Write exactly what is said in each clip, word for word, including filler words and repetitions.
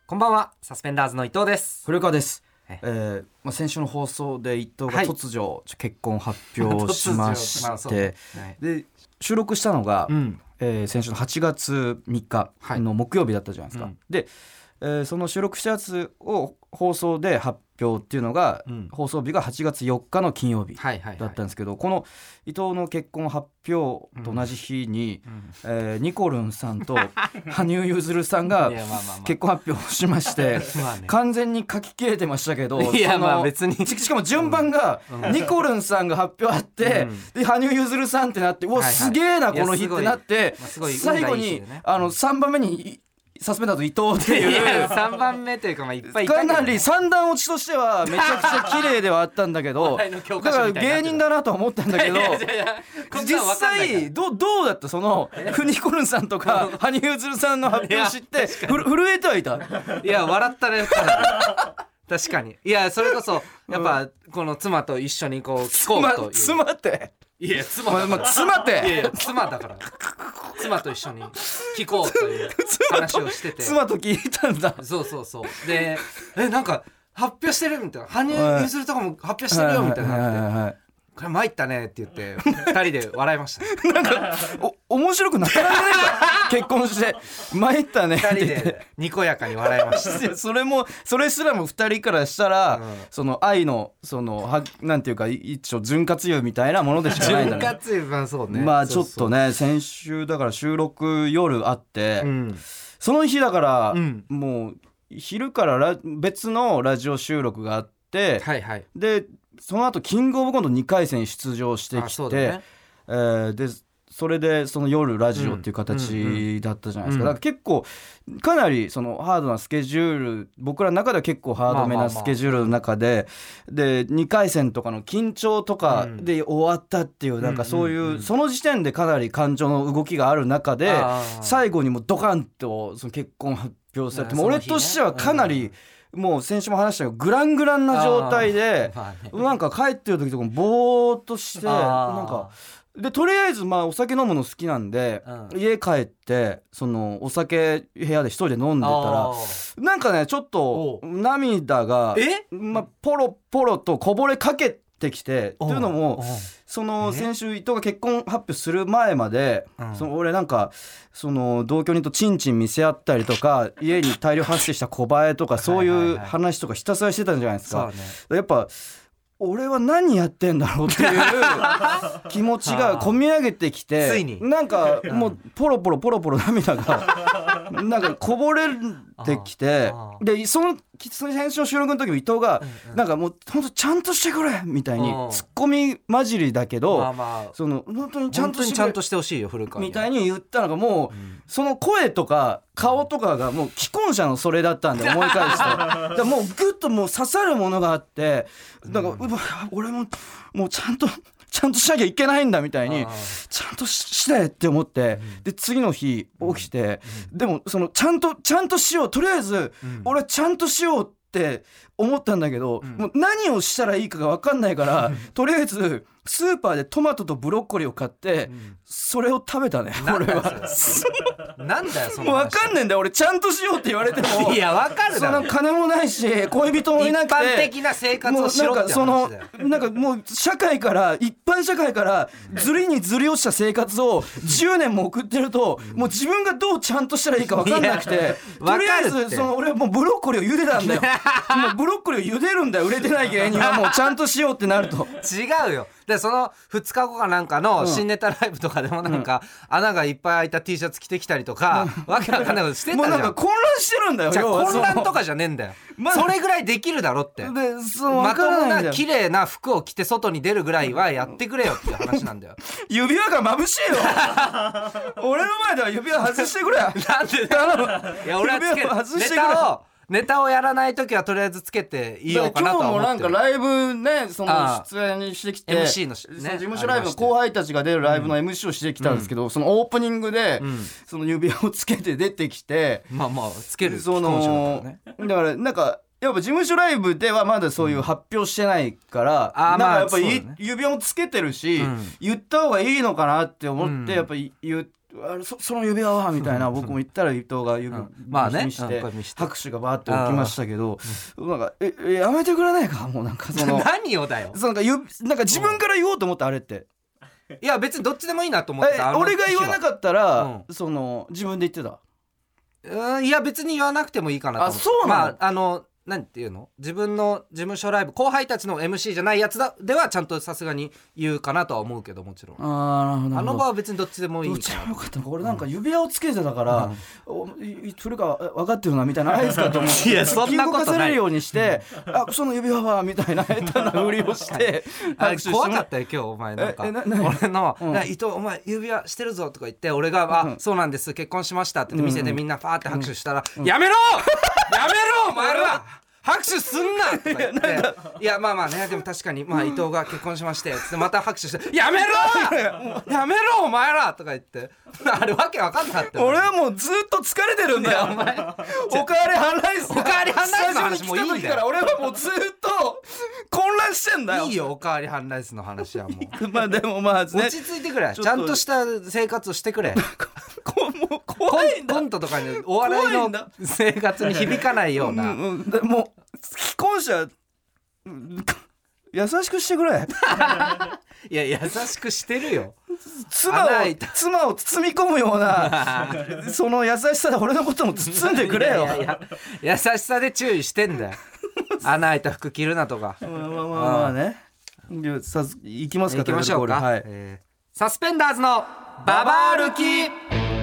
こんばんは、サスペンダーズの伊藤です。 古川です。 ええーまあ、先週の放送で伊藤が突如、はい、結婚発表しまして、まあはい、で収録したのが、うんえー、先週のはちがつみっかの木曜日だったじゃないですか、はい、で、えー、その収録したやつを放送で発表っていうのが、うん、放送日がはちがつよっかの金曜日だったんですけど、はいはいはい、この伊藤の結婚発表と同じ日に、うんえー、ニコルンさんと羽生結弦さんが結婚発表をしましてまあ、ね、完全に書き切れてましたけど、 いやまあ別にしかも順番が、うん、ニコルンさんが発表あって、うん、で羽生結弦さんってなって、うわ、はいはい、すげえなこの日ってなって、まあ、最後に、ね、あのさんばんめにサスペンダーズ伊藤っていう、 いやさんばんめというか、まあいっぱいいたけど、ね、 かなり三段落ちとしてはめちゃくちゃ綺麗ではあったんだけどだから芸人だなと思ったんだけど実際ど う, どうだった、そのフニコルンさんとか羽生結弦さんの発表知って震えてはいた？ いや笑ったね確かに。いやそれこそやっぱこの妻と一緒にこう聞こうという、 妻っていや妻だから、 まあ、妻っていやいや妻だから妻と一緒に聞こうという話をしてて妻と聞いたんだ。 そうそうそうでえなんか発表してるみたいな、羽生結弦とかも発表してるよみたいになって、これ参ったねって言ってふたりで笑いましたなんかお面白くなかなかね結婚して参ったねってふたりでにこやかに笑いましたそれもそれすらもふたりからしたら、うん、その愛のそのはなんていうか一応潤滑油みたいなものでしかないんだね。 潤滑油、まあそうね、 まあちょっとね、先週だから収録夜あって、うん、その日だから、うん、もう昼からラ別のラジオ収録があって、はいはい、でその後キングオブコントにかい戦出場してきて、ねえー、でそれでその夜ラジオっていう形だったじゃないですか、うんうんうん、だから結構かなりそのハードなスケジュール、僕らの中では結構ハードめなスケジュールの中で、まあまあまあ、でにかい戦とかの緊張とかで終わったっていう、うん、なんかそういう、うんうんうん、その時点でかなり感情の動きがある中で最後にもうドカンとその結婚発表されて、もう俺としてはかなり、うん、もう先週も話したけどグラングランな状態で、まあね、なんか帰ってる時とかもボーっとしてなんかでとりあえずまあお酒飲むの好きなんで、うん、家帰ってそのお酒部屋で一人で飲んでたらなんかねちょっと涙がまあ、ポロポロとこぼれかけてきてっていうのもその先週伊藤が結婚発表する前まで、うん、その俺なんかその同居人とチンチン見せ合ったりとか家に大量発生した小バエとかそういう話とかひたすらしてたんじゃないですか。やっぱ俺は何やってんだろうっていう気持ちが込み上げてきて、ついになんかもうポロポロポロポロ涙がなんかこぼれてきて、でその先週の収録の時も伊藤がなんかもう本当ちゃんとしてくれみたいにツッコミ混じりだけど、まあまあ、その本当にちゃんとしてほしいよ古川みたいに言ったのがもう、うん、その声とか顔とかがもう既婚者のそれだったんで思い返してだもうグッともう刺さるものがあってなんか、うん、俺ももうちゃんとちゃんとしなきゃいけないんだみたいにちゃんとしてって思って、うん、で次の日起きて、うん、でもそのちゃんとちゃんとしようとりあえず、うん、俺はちゃんとしようって思ったんだけど、うん、もう何をしたらいいかが分かんないから、うん、とりあえずスーパーでトマトとブロッコリーを買って、うん、それを食べたね俺はなんだよその話もう分かんねえんだよ俺ちゃんとしようって言われてもいや分かるだろその金もないし恋人もいなくて一般的な生活をしろって話だよ。 もうなんかそのなんかもう社会から一般社会からずりにずり落ちた生活をじゅうねんも送ってるともう自分がどうちゃんとしたらいいか分かんなくてとりあえずその俺はもうブロッコリーを茹でたんだよもうブロッコリーを茹でるんだよ売れてない芸人はもうちゃんとしようってなると違うよ。でそのふつかごかなんかの新ネタライブとかでもなんか、うん、穴がいっぱい開いた T シャツ着てきたりとか、うん、わけわかんないことしてたじゃん。 もうなんか混乱してるんだよ。 じゃあ混乱とかじゃねえんだよ、まあ、それぐらいできるだろってでそうまともな綺麗な服を着て外に出るぐらいはやってくれよっていう話なんだよ指輪が眩しいよ俺の前では指輪外してくれなんでいや俺はつけるネタをネタをやらないときはとりあえずつけていいようかなとは思ってる。 今日もなんかライブねその出演にしてきてエムシー の、ね、 その事務所ライブの後輩たちが出るライブの エムシー をしてきたんですけど、うん、そのオープニングで、うん、その指輪をつけて出てきてまあまあつけるそのだからなんかやっぱ事務所ライブではまだそういう発表してないから、うん、なんかやっぱり指輪もつけてるし、うん、言った方がいいのかなって思って、うん、やっぱ言ってあれ そ, その指輪はみたいな僕も言ったら伊藤が指輪見して、拍手がバーって起きましたけど、なんかええやめてくれないかもうなんかその何をだよ、 そのなんかなんか自分から言おうと思ってあれっていや別にどっちでもいいなと思ってた。 俺が言わなかったら、うん、その自分で言ってた。 うん、いや別に言わなくてもいいかなと思って。 あ、そうなの？ まああのなんていうの、自分の事務所ライブ後輩たちの エムシー じゃないやつだではちゃんとさすがに言うかなとは思うけど、もちろんあーなるほど、 あの場は別にどっちでもいいかな。 どっちもよかった。俺なんか指輪をつけてたから、うん、古川分かってるなみたいな合図かと思っていやそんなことない、 気動かせれるようにしてあその指輪はみたいな下手なふりをしてあ怖かったよ今日お前なんかえなな俺の、うん、伊藤お前指輪してるぞとか言って俺が、うん、あそうなんです結婚しましたって店でみんなパーって拍手したら、うん、やめろやめろお前ら拍手すんなとか言っていやまあまあねでも確かにまあ伊藤が結婚しましてつってまた拍手してやめろやめろお前らとか言ってあれわけわかんなかった。 俺はもうずっと疲れてるんだよお前おかわりハンライスおかわりハンライスの話もいいんだよ。 俺はもうずっと混乱してんだよ。 いいよおかわりハンライスの話はもうまあでもまあ、ね、 落ち着いてくれちゃんとした生活をしてくれこもう怖いんだコントとかにお笑いの生活に響かないような、うんうん、でも既婚者優しくしてくれいや優しくしてるよ。 妻を妻を包み込むようなその優しさで俺のことも包んでくれよ。いやいやいや優しさで注意してんだよ穴開いた服着るなとか。 まあまあまあまあね、さ行きますか。 行きましょうか、はいえー、サスペンダーズのババ歩き。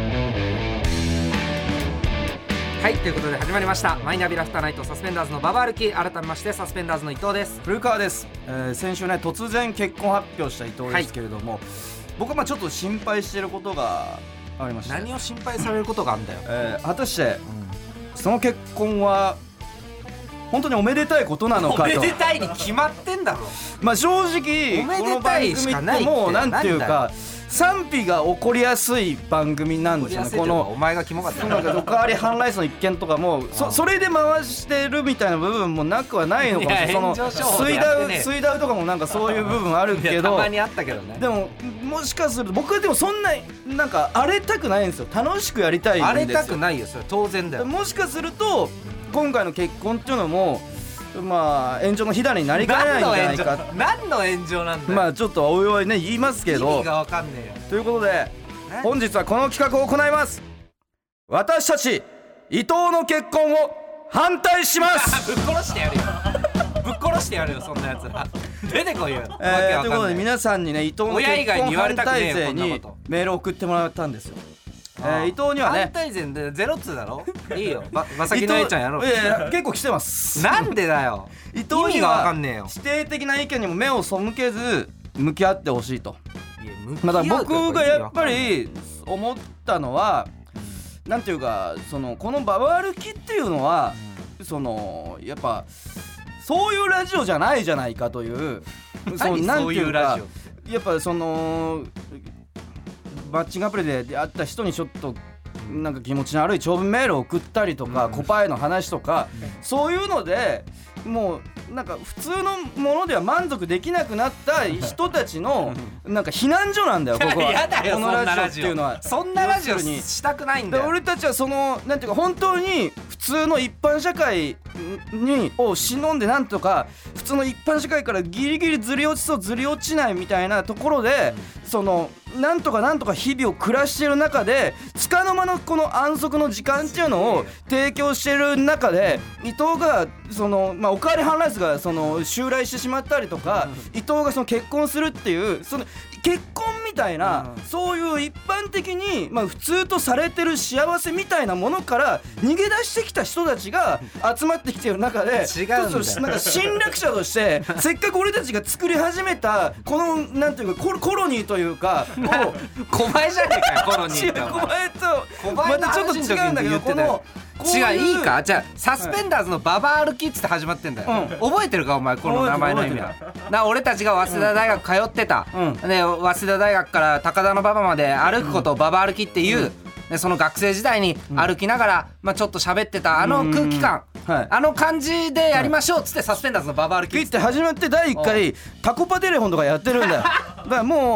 はいということで始まりましたマイナビラフターナイトサスペンダーズのババ歩き。改めましてサスペンダーズの伊藤です。 古川です、えー、先週ね突然結婚発表した伊藤ですけれども、はい、僕はまあちょっと心配していることがありまして。 何を心配されることがあるんだよ、 えー、果たして、うん、その結婚は本当におめでたいことなのかと。おめでたいに決まってんだろまあ正直おめでたいしかないってこの番組ってもうなんていうか賛否が起こりやすい番組なんですよね。 このお前がキモかったなんかおかわりハンライスの一件とかも そ, それで回してるみたいな部分もなくはないのかもしれない。その水ダウ水ダウとかもなんかそういう部分あるけどたまにあったけどね。 でももしかすると僕はでもそんななんか荒れたくないんですよ。楽しくやりたいんですよ。 荒れたくないよそれ当然だよ。 もしかすると今回の結婚っていうのもまあ炎上の火種になりかねないんじゃないか。 何の炎上なんだよ。 まあちょっとおいおいね言いますけど意味がわかんねえよ。 ということで本日はこの企画を行います。私たち伊藤の結婚を反対しますぶっ殺してやるよぶっ殺してやるよそんなやつら出てこいよ、 えー、ということで皆さんにね伊藤の結婚反対勢にメールを送ってもらったんですよ。えー、伊藤にはね反対勢でゼロツーだろいいよまさきのえちゃんやろう。 いやいや結構来てますなんでだよ伊藤には否定的な意見にも目を背けず向き合ってほしいと。まだ僕がやっぱり思ったのはなんていうかそのこのババ歩きっていうのはそのやっぱそういうラジオじゃないじゃないかというそうなんていうかやっぱそのマッチングアプリで出会った人にちょっとなんか気持ちの悪い長文メールを送ったりとか、うん、コパへの話とか、うん、そういうのでもうなんか普通のものでは満足できなくなった人たちのなんか避難所なんだよここは。 やだよこのラジオっていうのはそんなラジオにしたくないんだよ。 俺たちはそのなんていうか本当に普通の一般社会にを忍んでなんとか普通の一般社会からギリギリずり落ちそうずり落ちないみたいなところで、うん、そのなんとかなんとか日々を暮らしている中で束の間のこの安息の時間っていうのを提供している中で伊藤がその、まあ、おかわりハンライスがその襲来してしまったりとか、うん、伊藤がその結婚するっていうその結婚みたいな、うん、そういう一般的に、まあ、普通とされてる幸せみたいなものから逃げ出してきた人たちが集まってきている中で違うんだよ。 なんか侵略者としてせっかく俺たちが作り始めたこのなんていうかコロニーというかを小林じゃねえかよコロニーって小林とまたちょっと違うんだけどこの違ういいかじゃあサスペンダーズのババ歩きっつって始まってんだよ、うん、覚えてるかお前この名前の意味は。な俺たちが早稲田大学通ってた、うん、で早稲田大学から高田馬場まで歩くことをババ歩きっていう、うん、でその学生時代に歩きながら、まあ、ちょっと喋ってたあの空気感、はい、あの感じでやりましょうっつってサスペンダーズのババ歩きっつって始まってだいいっかいタコパテレフォンとかやってるんだよだからもう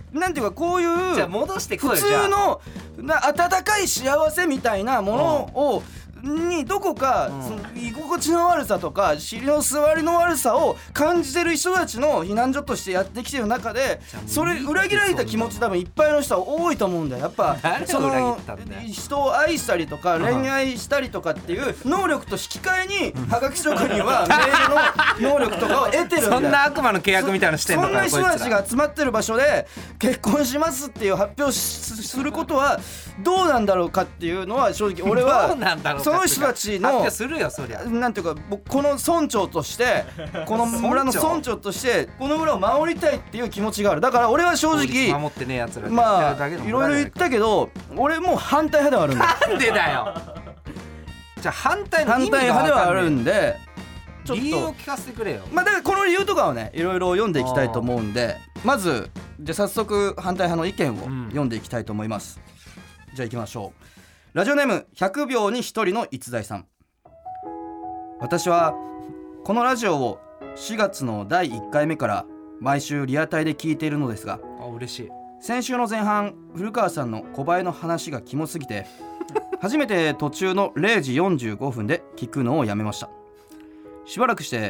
なんていうかこういうじゃあ戻してこいよ。 普通のな温かい幸せみたいなものをにどこか、うん、その居心地の悪さとか尻の座りの悪さを感じてる人たちの避難所としてやってきてる中で、それ裏切られた気持ち多分いっぱいの人は多いと思うんだよ。やっぱその人を愛したりとか恋愛したりとかっていう能力と引き換えにはがき職人はメールの能力とかを得てるんだよ。 そんな悪魔の契約みたいなのしてんのかな。 そんな人たちが集まってる場所で結婚しますっていう発表することはどうなんだろうかっていうのは正直俺はどうなんだろうかその人たちの発表するよそりゃ。 なんていうかこの村長としてこの村の村長としてこの村を守りたいっていう気持ちがある。だから俺は正直守ってねえやつらまあいろいろ言ったけど俺もう反対派ではあるんだ。 なんでだよ。じゃあ反対の意味が分かんない。反対派ではあるんでちょっと理由を聞かせてくれよ。 まあだからこの理由とかをねいろいろ読んでいきたいと思うんで、まずじゃあ早速反対派の意見を読んでいきたいと思います、うん、じゃあ行きましょう。ラジオネームひゃくびょうにひとりの逸材さん。私はこのラジオをしがつのだいいっかいめから毎週リアタイで聞いているのですが、 あ嬉しい。 先週の前半古川さんの小林の話がキモすぎて初めて途中のれいじよんじゅうごふんで聞くのをやめました。しばらくして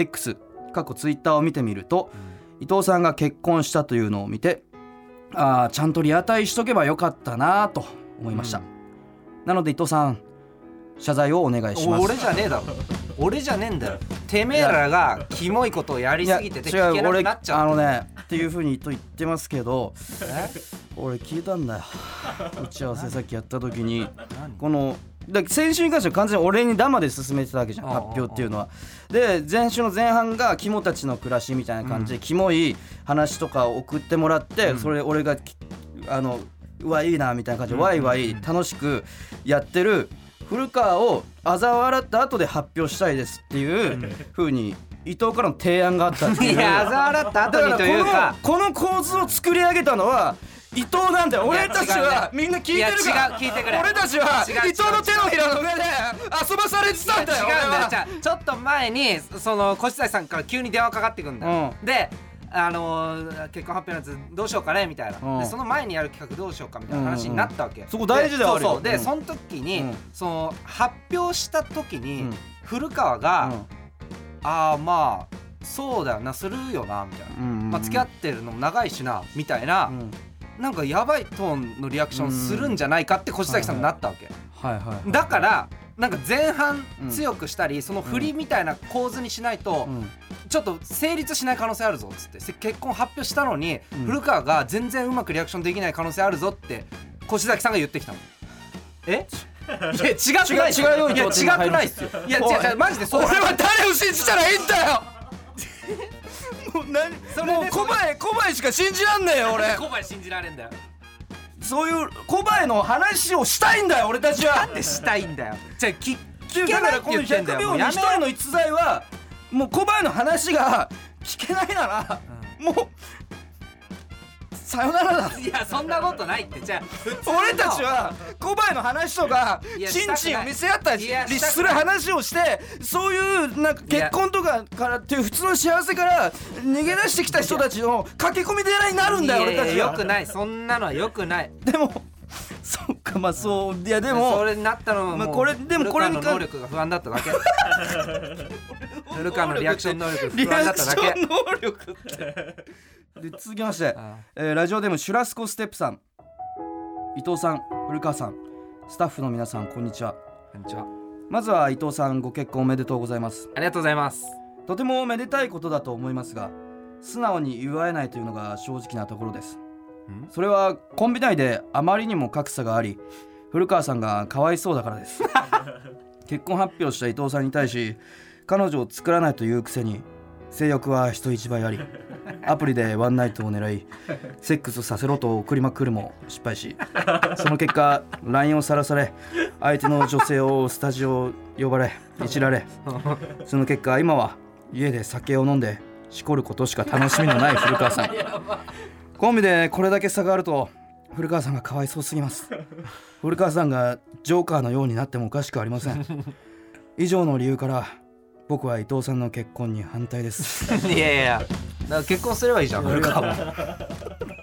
X 過去ツイッターを見てみると、うん、伊藤さんが結婚したというのを見て、あーちゃんとリアタイしとけばよかったなと思いました、うん、なので伊藤さん謝罪をお願いします。 俺じゃねえだろ。俺じゃねえんだよ。てめえらがキモいことをやりすぎてて聞けなくなっちゃう。 あのねっていう風にと言ってますけど俺聞いたんだよ。打ち合わせさっきやった時にこのだ先週に関しては完全に俺にダマで進めてたわけじゃん、発表っていうのは。で前週の前半がキモたちの暮らしみたいな感じで、うん、キモい話とかを送ってもらって、うん、それ俺があのうわいいなみたいな感じでワイワイ楽しくやってる古川を嘲笑った後で発表したいですっていう風に伊藤からの提案があったっていう。 いや嘲笑った後にというかこの、この構図を作り上げたのは伊藤なんだよ。俺たちはみんな聞いてるから聞いてくれ。 俺たちは伊藤の手のひらの上で遊ばされてたんだよ。 違うんだよ。じゃあちょっと前にその越谷さんから急に電話かかってくるんだよ、うん、であのー、結婚発表のやつどうしようかねみたいな、うん、でその前にやる企画どうしようかみたいな話になったわけ、うんうん、 そこ大事ではあるよ。 そうそうで、うん、その時に、うん、その発表した時に、うん、古川が、うん、ああまあそうだよなするよなみたいな、うんうん、まあ、付き合ってるのも長いしなみたいな、うん、なんかやばいトーンのリアクションするんじゃないかって越崎さんになったわけ、 はいはいはい、 だからなんか前半強くしたり、うん、その振りみたいな構図にしないと、うん、ちょっと成立しない可能性あるぞっつって結婚発表したのに、うん、古川が全然うまくリアクションできない可能性あるぞって越崎さんが言ってきたの。えいや違くない違うよ。 いや違くないっすよ。いや違う違うマジでそう。 俺は誰を信じたらいいんだよもう何それもう小林小林しか信じらんねえよ俺。 小林信じられんだよ。 そういう小林の話をしたいんだよ俺たちは。 なんでしたいんだよ。じゃあ聞けないって言ってんだよ。 ひゃくびょうにひとりの逸材はもう小林の話が聞けないなら、うん、もうさよならだ。 いやそんなことないって。じゃあ俺たちは小林の話とかチンチンを見せ合ったりする話をして、そういうなんか結婚とかからっていう普通の幸せから逃げ出してきた人たちの駆け込み寺になるんだよ俺たちは。 いやよくない。そんなのはよくない。 でもそっかまあそういやでもそれになったのも、まあ、これでもこれに関して古川の能力が不安だっただけ古川のリアクション能力が不安だっただけ。 リアクション能力ってで続きまして、えー、ラジオネームシュラスコステップさん。伊藤さん古川さんスタッフの皆さんこんにちは。 こんにちは。 まずは伊藤さんご結婚おめでとうございます。 ありがとうございます。 とてもめでたいことだと思いますが素直に祝えないというのが正直なところです。それはコンビ内であまりにも格差があり古川さんがかわいそうだからです結婚発表した伊藤さんに対し彼女を作らないというくせに性欲は人一倍ありアプリでワンナイトを狙いセックスさせろと送りまくるも失敗しその結果 ライン をさらされ相手の女性をスタジオ呼ばれいじられその結果今は家で酒を飲んでしこることしか楽しみのない古川さんコンビでこれだけ差があると古川さんがかわいそうすぎます。古川さんがジョーカーのようになってもおかしくありません。以上の理由から僕は伊藤さんの結婚に反対です。 いやいやだから結婚すればいいじゃん古川も。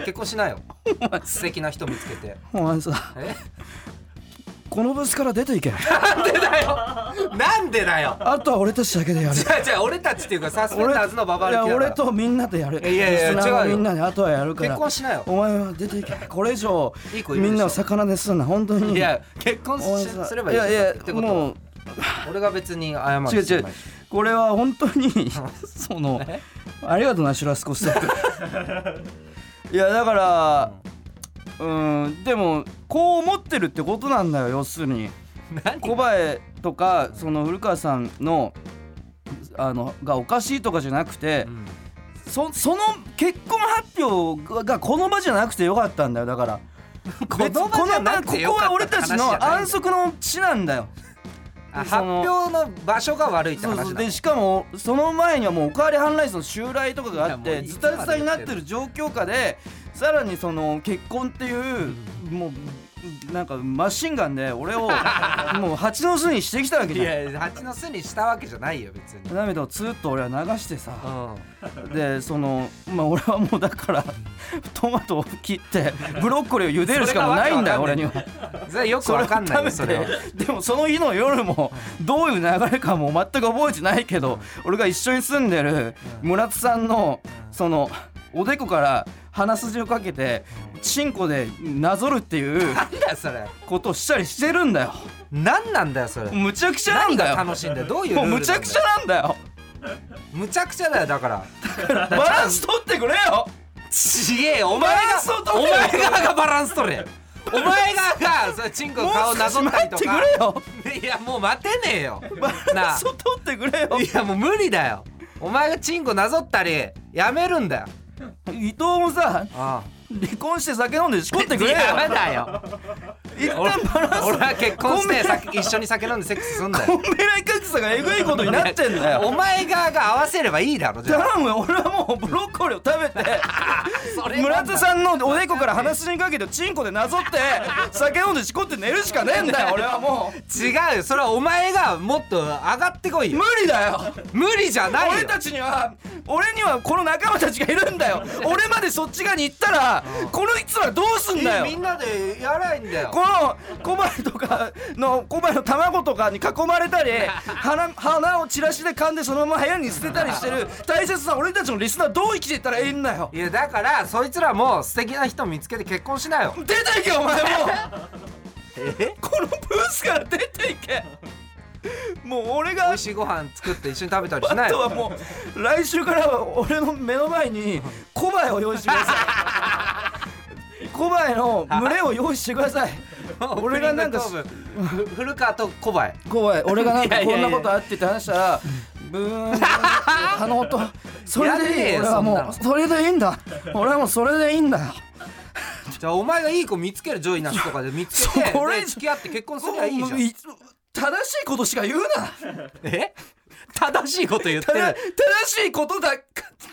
結婚しないよ素敵な人見つけて。 お前さえこのブスから出ていけ。 なんでだよなんでだよ。 あとは俺たちだけでやる。 じゃあじゃあ俺たちっていうかサスペンダーズのババ歩きだから。 いや俺とみんなでやる。 いやいや違うよ。 みんなであとはやるから。 結婚しなよ。 お前は出ていけ。これ以上いい子いるでしょ。 みんなを魚ですんな本当に。 いや結婚すればいい。 いやいやってこともう俺が別に謝る。 違う違うこれは本当にそのありがとうなシュラスコスタッフ。いやだからうんでもこう思ってるってことなんだよ。要するに小林とかその古川さんのあのがおかしいとかじゃなくて、うん、そ, その結婚発表がこの場じゃなくてよかったんだよ。だからこの場じゃなくてよかった。 ここは俺たちの安息の地なんだよ。 発表の場所が悪いって話だ。 そうそうでしかもその前にはもうおかわりハンライスの襲来とかがあってズタズタになってる状況下でさらにその結婚っていうもうなんかマシンガンで俺をもう蜂の巣にしてきたわけじゃん。 いや蜂の巣にしたわけじゃないよ別に。 涙をツーッと俺は流してさ、うん、でそのまあ俺はもうだからトマトを切ってブロッコリーを茹でるしかもないんだよ俺には。 それよくわかんないよそれは。 でもその日の夜もどういう流れかも全く覚えてないけど、うん、俺が一緒に住んでる村津さんのそのおでこから鼻筋をかけてチンコでなぞるっていうなんだよそれことをしたりしてるんだよ。 なんなんだよそれ。 むちゃくちゃなんだよ。 何が楽しいんだよ。どういうルールなんだよ。 もうむちゃくちゃなんだよ。 むちゃくちゃだよだから。 だからバランス取ってくれよ。 ちげえよお前がお前側がバランス取れ。お前側がそれチンコの顔なぞったりとか。いやもう待てねえよ。 バランスを取ってくれよ。 いやもう無理だよ。お前がチンコなぞったりやめるんだよ。 伊藤もさああ離婚して酒飲んでしこってくれよ。 やめだよ。 一旦バランス。 俺は結婚して一緒に酒飲んでセックスすんだよ。 コンビ内格差がえぐいことになってんだよ。 お前側が合わせればいいだろ。じゃあ頼むよ。俺はもうブロッコリーを食べて村津さんのおでこから鼻筋にかけてチンコでなぞって酒飲んでしこって寝るしかねえんだよ俺はもう。 違うよそれはお前がもっと上がってこいよ。 無理だよ。 無理じゃないよ。 俺たちには俺にはこの仲間たちがいるんだよ。俺までそっち側に行ったらこのいつらどうすんだよ。 みんなでやらないんだよ。 この小林とかの小林の卵とかに囲まれたり花, 花をチラシで噛んでそのまま部屋に捨てたりしてる大切な俺たちのリスナーどう生きていったらいいんだよ。 いやだからそいつらも素敵な人見つけて結婚しなよ。 出ていけお前もえこのブースから出ていけ。もう俺が美味しいご飯作って一緒に食べたりしないよ。 あとはもう来週からは俺の目の前に小林を用意してください。小林の群れを用意してください。俺がなんか古川と小林小林俺がなんかこんなことあってって話したらブーンあの音それでいい。俺はもうそれでいいんだ。俺はもうそれでいいんだよ。 じゃあお前がいい子見つけるジョイな人とかで見つけてで付き合って結婚すればいいじゃん。 正しいことしか言うな。 え正しいこと言ってる。 正しいことだ。え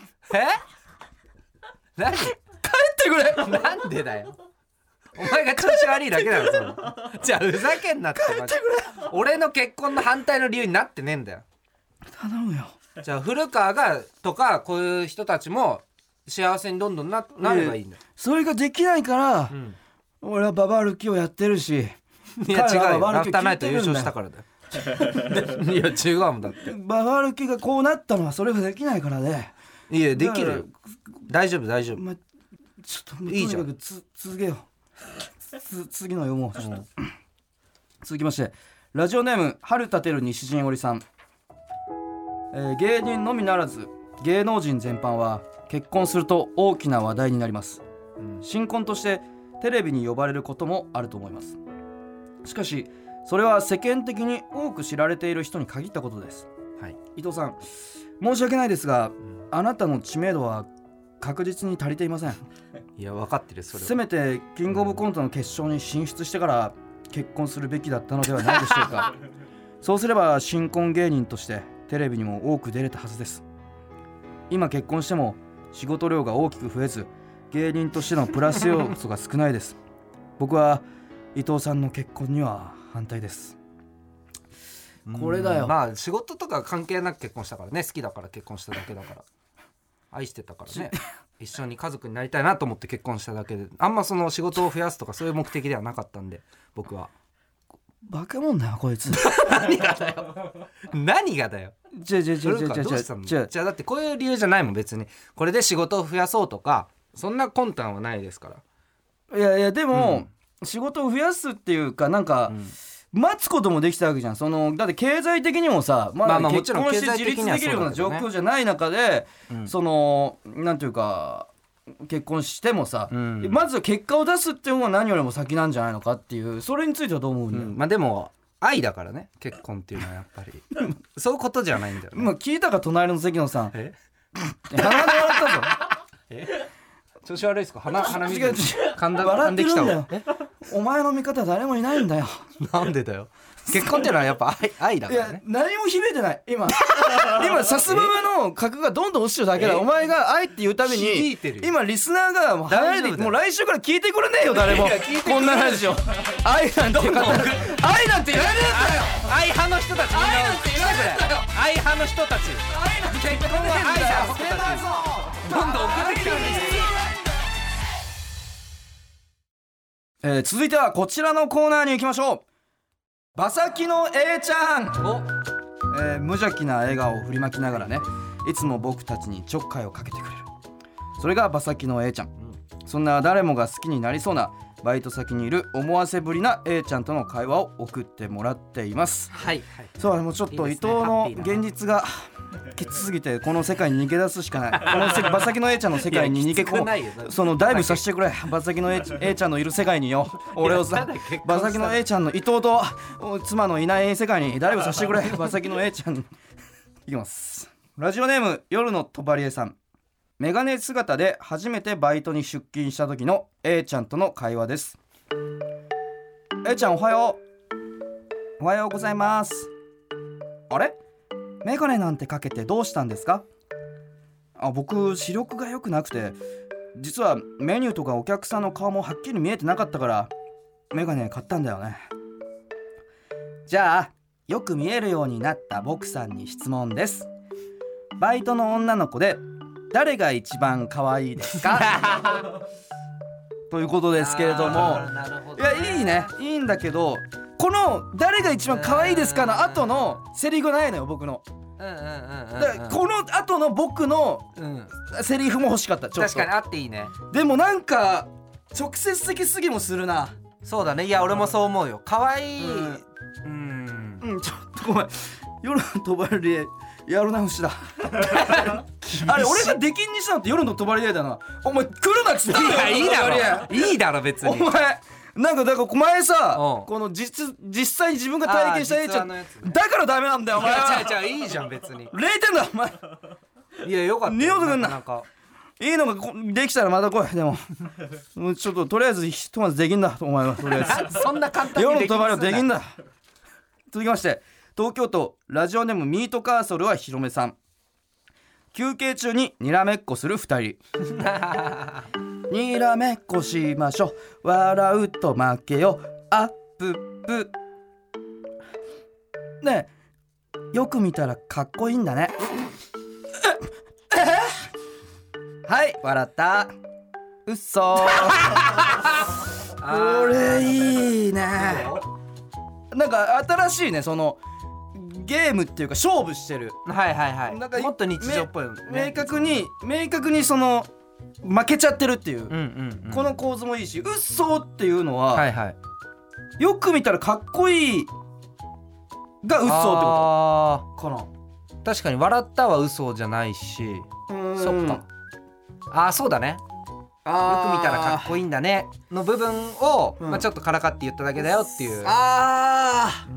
何帰ってくれ。 なんでだよ。お前が調子悪いだけだろそれ。じゃあふざけんなって。 帰ってくれ。 俺の結婚の反対の理由になってねえんだよ。 頼むよ。 じゃあ古川がとかこういう人たちも幸せにどんどん な, なればいいんだよ。 それができないから、うん、俺はババ歩きをやってるし。 いや違うよ。ラフターナイト優勝したからだよ。いや違うもんだって。 ババ歩きがこうなったのはそれができないからね。 いやできるよ。大丈夫大丈夫、ま、 ちょっといいじゃん。つ続けよう。つ次の読もう、うん、続きましてラジオネーム春立てる西陣織さん、えー、芸人のみならず芸能人全般は結婚すると大きな話題になります、うん、新婚としてテレビに呼ばれることもあると思います。しかしそれは世間的に多く知られている人に限ったことです、はい、伊藤さん申し訳ないですが、うん、あなたの知名度は確実に足りていません。 いや分かってる。それせめてキングオブコントの決勝に進出してから結婚するべきだったのではないでしょうか。そうすれば新婚芸人としてテレビにも多く出れたはずです。今結婚しても仕事量が大きく増えず芸人としてのプラス要素が少ないです。僕は伊藤さんの結婚には反対です。これだよ。 まあ仕事とか関係なく結婚したからね。好きだから結婚しただけだから愛してたからね。 一緒に家族になりたいなと思って結婚しただけで、あんまその仕事を増やすとかそういう目的ではなかったんで僕は。 バカもんだよこいつ何がだよ何がだよ。 じゃじゃじゃじゃじゃじゃじゃだってこういう理由じゃないもん別に。これで仕事を増やそうとかそんな魂胆はないですから。 いやいやでも、うん、仕事を増やすっていうかなんか、うん、待つこともできたわけじゃん。そのだって経済的にもさまだ結婚して自立できるような状況じゃない中で、うん、そのなんていうか結婚してもさ、うん、まずは結果を出すっていうのが何よりも先なんじゃないのかっていう、それについてはどう思うんだよ、うん、 まあでも愛だからね結婚っていうのはやっぱりそういうことじゃないんだよね。 まあ聞いたか隣の席のさんえ鼻で笑ったぞえ調子悪いですか。鼻鼻水違う違う噛んだ笑ってるんだよ。お前の味方誰もいないんだよなんでだよ。結婚っていうのはやっぱ 愛, 愛だからね。 いや何も響いてない今今さすままの格がどんどん落ちてるだけだ。お前が愛っていうために今リスナーがもう離れてもう来週から聞いてくれねえよ誰もこんなラジオ愛なんて語る愛なんていらねえんだよ。 愛派の人たちみんな愛なんていらねえんだよ。愛派の人たち結婚は愛派の人たちどんどん送ってきてるんです。 えー、続いてはこちらのコーナーに行きましょう。馬先の A ちゃん、えー、無邪気な笑顔を振りまきながらねいつも僕たちにちょっかいをかけてくれる、それが馬先の A ちゃん、うん、そんな誰もが好きになりそうなバイト先にいる思わせぶりな A ちゃんとの会話を送ってもらっています。 はい、はい、 そうもうちょっと伊藤の現実がきつすぎてこの世界に逃げ出すしかない。この馬先の A ちゃんの世界に逃げ込むそのダイブさせてくれ。馬先の A, A ちゃんのいる世界によ俺をさ馬先の A ちゃんの伊藤と妻のいない世界にダイブさせてくれ。馬先の A ちゃんいきます。ラジオネーム夜のとばりえさん。メガネ姿で初めてバイトに出勤した時の A ちゃんとの会話です。 A ちゃんおはよう。おはようございます。あれメガネなんてかけてどうしたんですか？あ、僕視力が良くなくて実はメニューとかお客さんの顔もはっきり見えてなかったからメガネ買ったんだよね。じゃあよく見えるようになった僕さんに質問です。バイトの女の子で誰が一番可愛いですかということですけれども、いやいいねいいんだけどこの誰が一番可愛いですかの後のセリフないのよ僕の。だからこの後の僕のセリフも欲しかった。ちょっと確かにあっていいね。 でもなんか直接的すぎもするな。 そうだね。いや俺もそう思うよ。可愛いうん、 うんうん、ちょっとごめん夜のとばりでやる直しだあれ俺が出禁にしたのって夜のとばりでだな。お前来るなっつったのよ。 いやいいだろいいだろ別に。 お前なんかだから前さこの 実, 実際に自分が体験した A ちゃん、ね、だからダメなんだよお前は。 じゃあいいじゃん別に。 れいてんだお前。 いやよかった。 二度とくんな。なんかいいのができたらまた来い。でももうちょっととりあえずひとまずできんだお前は。とりあえずそんな簡単に夜のとばりはできんだ。続きまして東京都ラジオネームミートカーソルはひろめさん。休憩中ににらめっこするふたりにらめっこしましょう笑うと負けよアッププ。ねえよく見たらかっこいいんだねはい笑った。うっそこれいいね。なんか新しいねそのゲームっていうか勝負してる。 はいはいはい。なんかもっと日常っぽいよね。 明確に明確にその負けちゃってるっていう、うんうんうん、この構図もいいし、うっそーっていうのは、はいはい、よく見たらかっこいいがうっそーってことかな。 確かに笑ったは嘘じゃないし、そっか。ああそうだね。あよく見たらかっこいいんだねの部分を、うんまあ、ちょっとからかって言っただけだよっていう。 ああ、うん、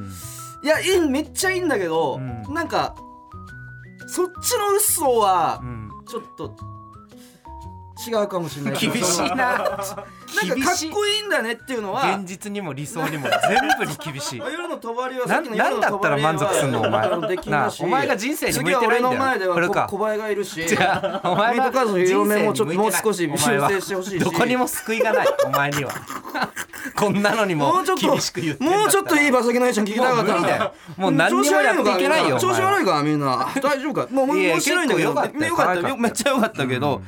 いやいいめっちゃいいんだけど、うん、なんかそっちの嘘はちょっと違うかもしれない。 厳しいな。なんかかっこいいんだねっていうのは現実にも理想にも全部に厳しい。 夜のとばりはさっきの夜のとばりはなんだったら満足すんのお前な。お前が人生に向いてないんだよ。 次は俺の前では小林がいるし、 じゃあお前が人生に向いてない。もうちょっともう少し修正してほしいし、 どこにも救いがないお前には。こんなのにも厳しく言ってんだったらもうちょっといい馬先の A ちゃん聞きたかった。 もう無理だよ。もう何にもやっていけないよ。 調子悪いかみんな大丈夫か。もう面白いんだけどよかっためっちゃよかったけど、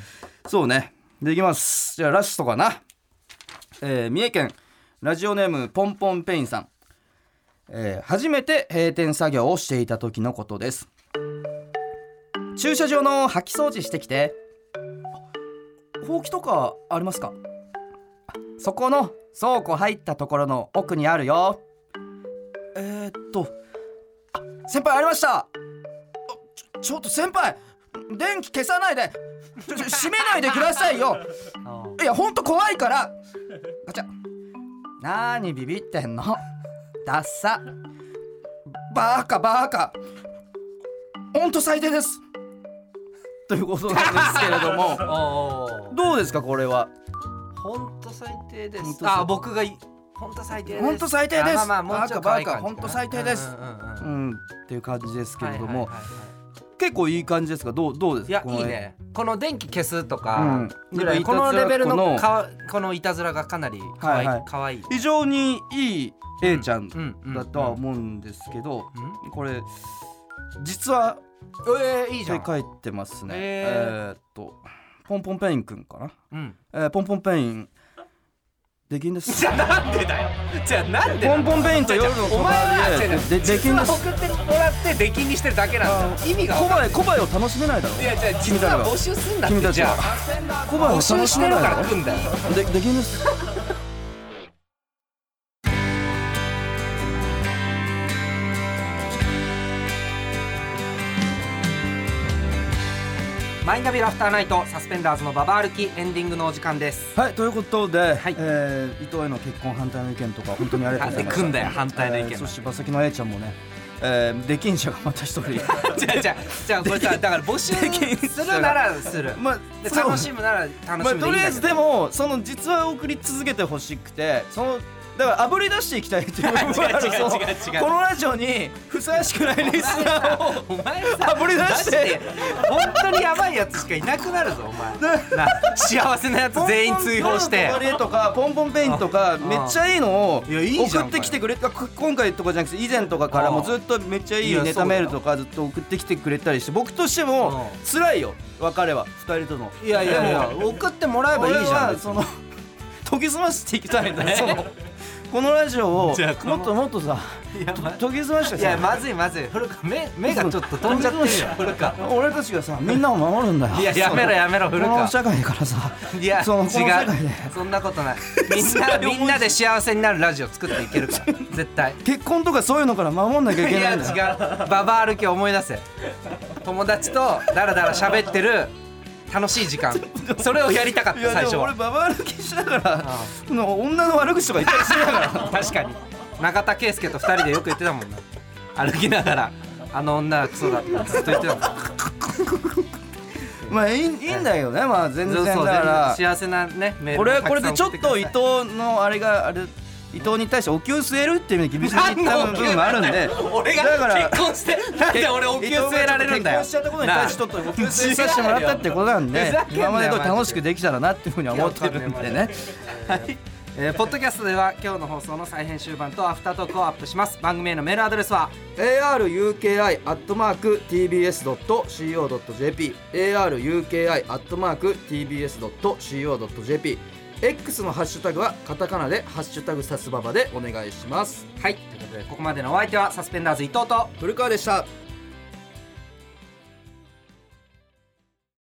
そうね、できます。じゃあラストかな。えー、三重県ラジオネームポンポンペインさん、えー、初めて閉店作業をしていた時のことです。駐車場の掃き掃除してきて。ほうきとかありますか？そこの倉庫入ったところの奥にあるよ。えー、っと先輩ありました。ちょ、ちょっと先輩電気消さないでちょちょ閉めないでくださいよいやほんと怖いから。ガチャ。なーにビビってんの、ダッサ。バーカバーカほんと最低ですということなんですけれどもどうですかこれは。 ほんと最低です。あ、僕がほんと最低です。 ほんと最低です。 まあまあもうちょっと可愛い感じかな。 ほんと最低です。うん、うん、っていう感じですけれども、はいはいはいはい、結構いい感じですか。どうどうですか。 いやいいね。この電気消すとかぐらい、うん、このレベルのかこのいたずらがかなり可愛い、はいはい、可愛い。 非常にいい A ちゃんだとは思うんですけど、うん、これ実はえー、いいじゃん。 書いてますね。えー、っとポンポンペインくんかな、うんえー、ポンポンペインできんです。 じゃあなんでだよ。じゃあなんでポンポンペインと夜のお前はでできんです。 送ってもらってできんにしてるだけなんだ。意味が小林小林を楽しめないだろ。 いやじゃあ実は募集すんだって。 君たちは小林を楽しめないだろ。 募集してるから来んだよ。 でできんです。 マイナビラフターナイトサスペンダーズのババ歩きエンディングのお時間です。 はい、ということで、はいえー、伊藤への結婚反対の意見とか本当にありがとうございました。 なんで組んだよ反対の意見、 えー、そして馬先の A ちゃんもね、えー、できん者がまた一人じゃあじゃあじゃあこれさだから募集するならする、まあ、で楽しむなら楽しむでいいんだけど、まあ、 とりあえずでもその実話を送り続けてほしくてそのだから炙り出していきたいっていう部分がある。このラジオにふさわしくないリスナーをお前さ炙り出して本当にヤバいやつしかいなくなるぞお前な。幸せなやつ全員追放してポンポンとかポンポンペインとかめっちゃいいのを送ってきてくれた。今回とかじゃなくて以前とかからもずっとめっちゃいいネタメールとかずっと送ってきてくれたりして、僕としても辛いよ別れはふたりとの。 いやいやいや送ってもらえばいいじゃん。 その研ぎ澄ましていきたいんだね。このラジオをもっともっとさ研ぎ澄ましてさ。 いやまずいまずい古川 目, 目がちょっと飛んじゃってるよ古川。 俺たちがさみんなを守るんだよ。 いややめろやめろ古川。 この社会からさいやその違うそんなことない。みんなみんなで幸せになるラジオ作っていけるから絶対。 結婚とかそういうのから守んなきゃいけないんだよ。 いや違うババ歩きを思い出せ。友達とダラダラ喋ってる楽しい時間それをやりたかった最初は。 俺ババ歩きしながらの女の悪口とか言ったりしながら確かに永田圭介とふたりでよく言ってたもんな。歩きながらあの女はクソだってずっと言ってたもん。 まあいい、いいんだけどね。まあ全然だから幸せなねメールこれこれでちょっと伊藤のあれがあれ伊藤に対してお灸据えるっていう意味で厳しく言った部分もあるんで俺が結婚してなんで俺お灸据えられるんだよ。 結婚しちゃったことに対してちょっとお灸据えさせてもらったってことなんで今までと楽しくできたらなっていうふうに思ってるんでね。 はいえー、ポッドキャストでは今日の放送の再編集版とアフタートークをアップします。番組へのメールアドレスはエーアールユーケーアイ アットマーク ティービーエス ドット シーオー ドット ジェーピー エーアールユーケーアイ アットマーク ティービーエス ドット シーオー ドット ジェーピーX のハッシュタグはカタカナでハッシュタグサスババでお願いします。 はいということでここまでのお相手はサスペンダーズ伊藤と古川でした。